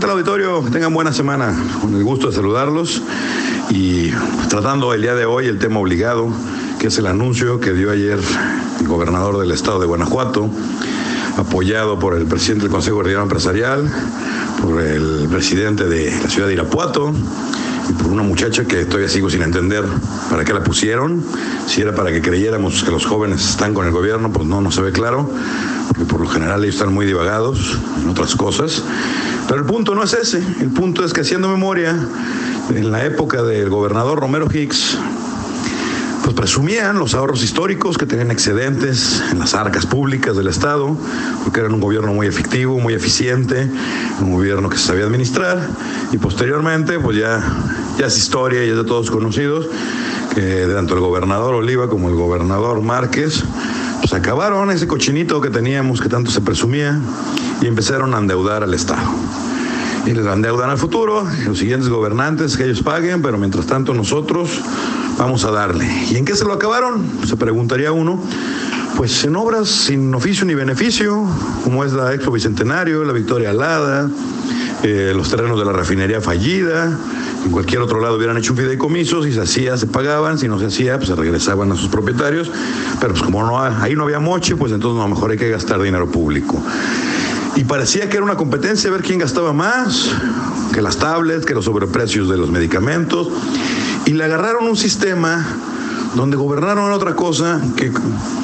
tal, auditorio? Que tengan buena semana. Con el gusto de saludarlos y tratando el día de hoy el tema obligado, que es el anuncio que dio ayer el gobernador del estado de Guanajuato, apoyado por el presidente del Consejo Coordinador Empresarial, por el presidente de la ciudad de Irapuato y por una muchacha que todavía sigo sin entender para qué la pusieron. Si era para que creyéramos que los jóvenes están con el gobierno, pues no se ve claro, porque por lo general ellos están muy divagados en otras cosas. Pero el punto no es ese. El punto es que, haciendo memoria, en la época del gobernador Romero Hicks, pues presumían los ahorros históricos, que tenían excedentes en las arcas públicas del estado, porque eran un gobierno muy efectivo, muy eficiente, un gobierno que se sabía administrar. Y posteriormente, pues ya es historia y es de todos conocidos, que tanto el gobernador Oliva como el gobernador Márquez pues acabaron ese cochinito que teníamos, que tanto se presumía, y empezaron a endeudar al estado. Y les endeudan al futuro, los siguientes gobernantes, que ellos paguen, pero mientras tanto nosotros vamos a darle. ¿Y en qué se lo acabaron? Se preguntaría uno. Pues en obras sin oficio ni beneficio, como es la Expo Bicentenario, la Victoria Alada, los terrenos de la refinería fallida. En cualquier otro lado hubieran hecho un fideicomiso, si se hacía se pagaban, si no se hacía pues se regresaban a sus propietarios, pero pues como ahí no había moche, pues entonces a lo mejor hay que gastar dinero público. Y parecía que era una competencia a ver quién gastaba más, que las tablets, que los sobreprecios de los medicamentos, y le agarraron un sistema donde gobernaron otra cosa que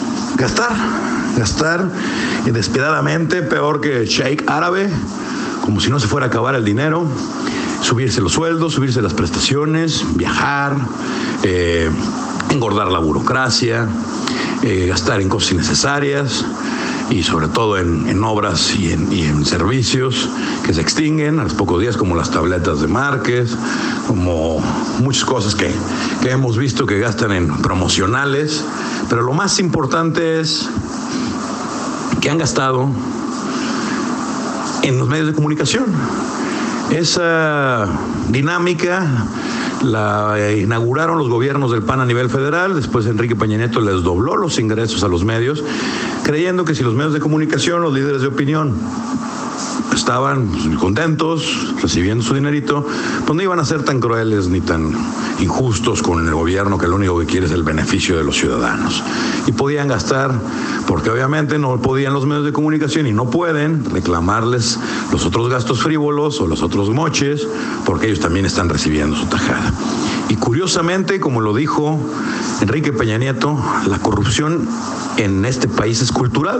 gastar despiadadamente, peor que sheik árabe, como si no se fuera a acabar el dinero, subirse los sueldos, subirse las prestaciones, viajar, engordar la burocracia, gastar en cosas innecesarias, y sobre todo en obras y en servicios que se extinguen a los pocos días, como las tabletas de Márquez, como muchas cosas que hemos visto que gastan en promocionales. Pero lo más importante es que han gastado en los medios de comunicación. Esa dinámica la inauguraron los gobiernos del PAN a nivel federal. Después Enrique Peña Nieto les dobló los ingresos a los medios, creyendo que si los medios de comunicación, los líderes de opinión, estaban contentos recibiendo su dinerito, pues no iban a ser tan crueles ni tan injustos con el gobierno, que lo único que quiere es el beneficio de los ciudadanos. Y podían gastar, porque obviamente no podían los medios de comunicación y no pueden reclamarles los otros gastos frívolos o los otros moches, porque ellos también están recibiendo su tajada. Y curiosamente, como lo dijo Enrique Peña Nieto, la corrupción en este país es cultural.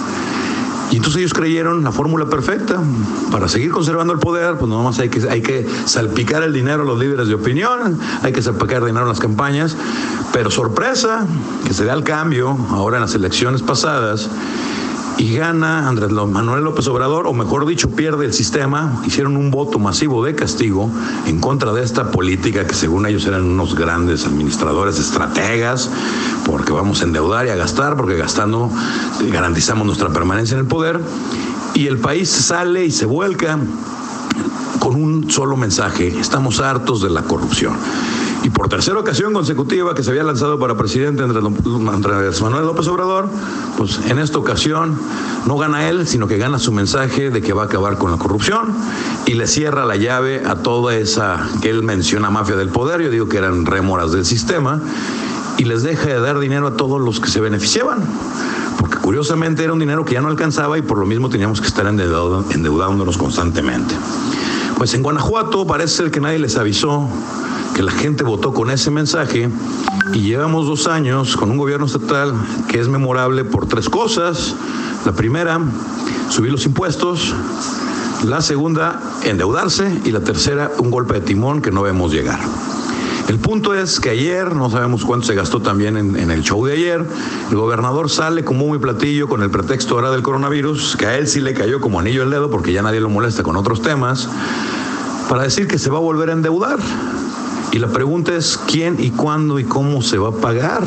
Y entonces ellos creyeron la fórmula perfecta para seguir conservando el poder. Pues nada más hay que salpicar el dinero a los líderes de opinión, hay que salpicar dinero en las campañas. Pero sorpresa, que se da el cambio ahora en las elecciones pasadas y gana Andrés Manuel López Obrador, o mejor dicho, pierde el sistema. Hicieron un voto masivo de castigo en contra de esta política, que según ellos eran unos grandes administradores, estrategas, porque vamos a endeudar y a gastar, porque gastando garantizamos nuestra permanencia en el poder. Y el país sale y se vuelca con un solo mensaje: estamos hartos de la corrupción. Y por tercera ocasión consecutiva que se había lanzado para presidente Andrés Manuel López Obrador, pues en esta ocasión no gana él, sino que gana su mensaje de que va a acabar con la corrupción, y le cierra la llave a toda esa que él menciona mafia del poder. Yo digo que eran rémoras del sistema, y les deja de dar dinero a todos los que se beneficiaban, porque curiosamente era un dinero que ya no alcanzaba, y por lo mismo teníamos que estar endeudándonos constantemente. Pues en Guanajuato parece ser que nadie les avisó que la gente votó con ese mensaje, y llevamos 2 años con un gobierno estatal que es memorable por 3 cosas. La primera, subir los impuestos; la segunda, endeudarse; y la tercera, un golpe de timón que no vemos llegar. El punto es que ayer, no sabemos cuánto se gastó también en el show de ayer, el gobernador sale como muy platillo con el pretexto ahora del coronavirus, que a él sí le cayó como anillo al dedo porque ya nadie lo molesta con otros temas, para decir que se va a volver a endeudar. Y la pregunta es: ¿quién y cuándo y cómo se va a pagar?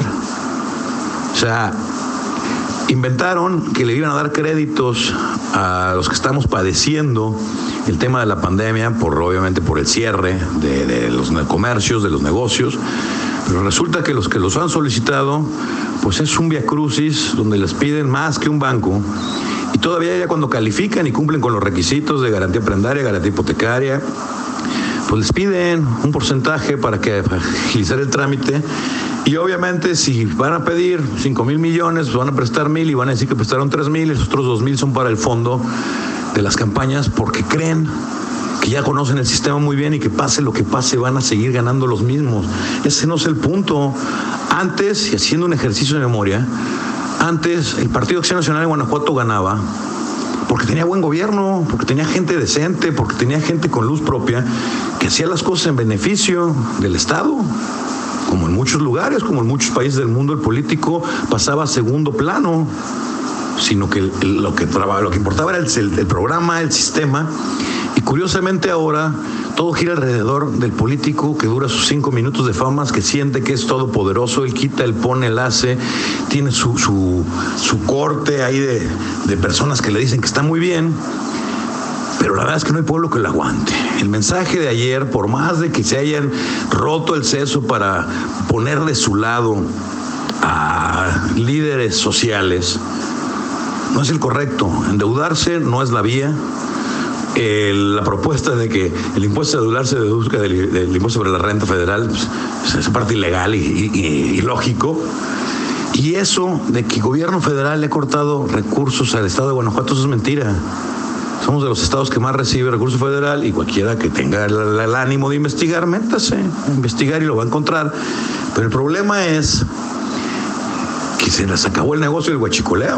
O sea, inventaron que le iban a dar créditos a los que estamos padeciendo el tema de la pandemia, obviamente por el cierre de los comercios, de los negocios, pero resulta que los han solicitado, pues es un viacrucis donde les piden más que un banco, y todavía ya cuando califican y cumplen con los requisitos de garantía prendaria, garantía hipotecaria, pues les piden un porcentaje para agilizar el trámite. Y obviamente si van a pedir 5,000 millones, pues van a prestar 1,000 y van a decir que prestaron 3,000, y los otros 2,000 son para el fondo de las campañas, porque creen que ya conocen el sistema muy bien y que pase lo que pase van a seguir ganando los mismos. Ese no es el punto. Antes, y haciendo un ejercicio de memoria, antes el Partido Acción Nacional de Guanajuato ganaba porque tenía buen gobierno, porque tenía gente decente, porque tenía gente con luz propia que hacía las cosas en beneficio del Estado. Como en muchos lugares, como en muchos países del mundo, el político pasaba a segundo plano, sino que lo que importaba era el programa, el sistema. Y curiosamente ahora todo gira alrededor del político que dura sus 5 minutos de fama, que siente que es todopoderoso, él quita, él pone, él hace, tiene su corte ahí de personas que le dicen que está muy bien. Pero la verdad es que no hay pueblo que lo aguante. El mensaje de ayer, por más de que se hayan roto el seso para poner de su lado a líderes sociales, no es el correcto. Endeudarse no es la vía. La propuesta de que el impuesto de endeudarse deduzca del impuesto sobre la renta federal, pues, es parte ilegal y lógico. Y eso de que el gobierno federal le ha cortado recursos al estado de Guanajuato, eso es mentira. Somos de los estados que más recibe recurso federal, y cualquiera que tenga el ánimo de investigar, métase a investigar y lo va a encontrar. Pero el problema es que se les acabó el negocio del huachicoleo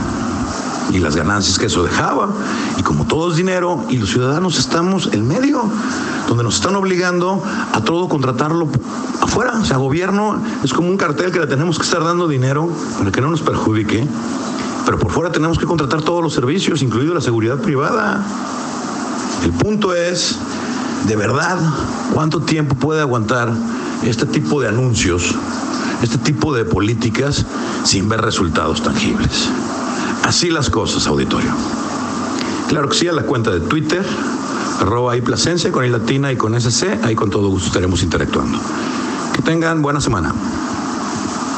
y las ganancias que eso dejaba. Y como todo es dinero, y los ciudadanos estamos en medio, donde nos están obligando a todo contratarlo afuera. O sea, gobierno es como un cartel que le tenemos que estar dando dinero para que no nos perjudique. Pero por fuera tenemos que contratar todos los servicios, incluido la seguridad privada. El punto es, de verdad, ¿cuánto tiempo puede aguantar este tipo de anuncios, este tipo de políticas, sin ver resultados tangibles? Así las cosas, auditorio. Claro que sí, a la cuenta de Twitter, @iPlasencia, con I latina y con SC, ahí con todo gusto estaremos interactuando. Que tengan buena semana.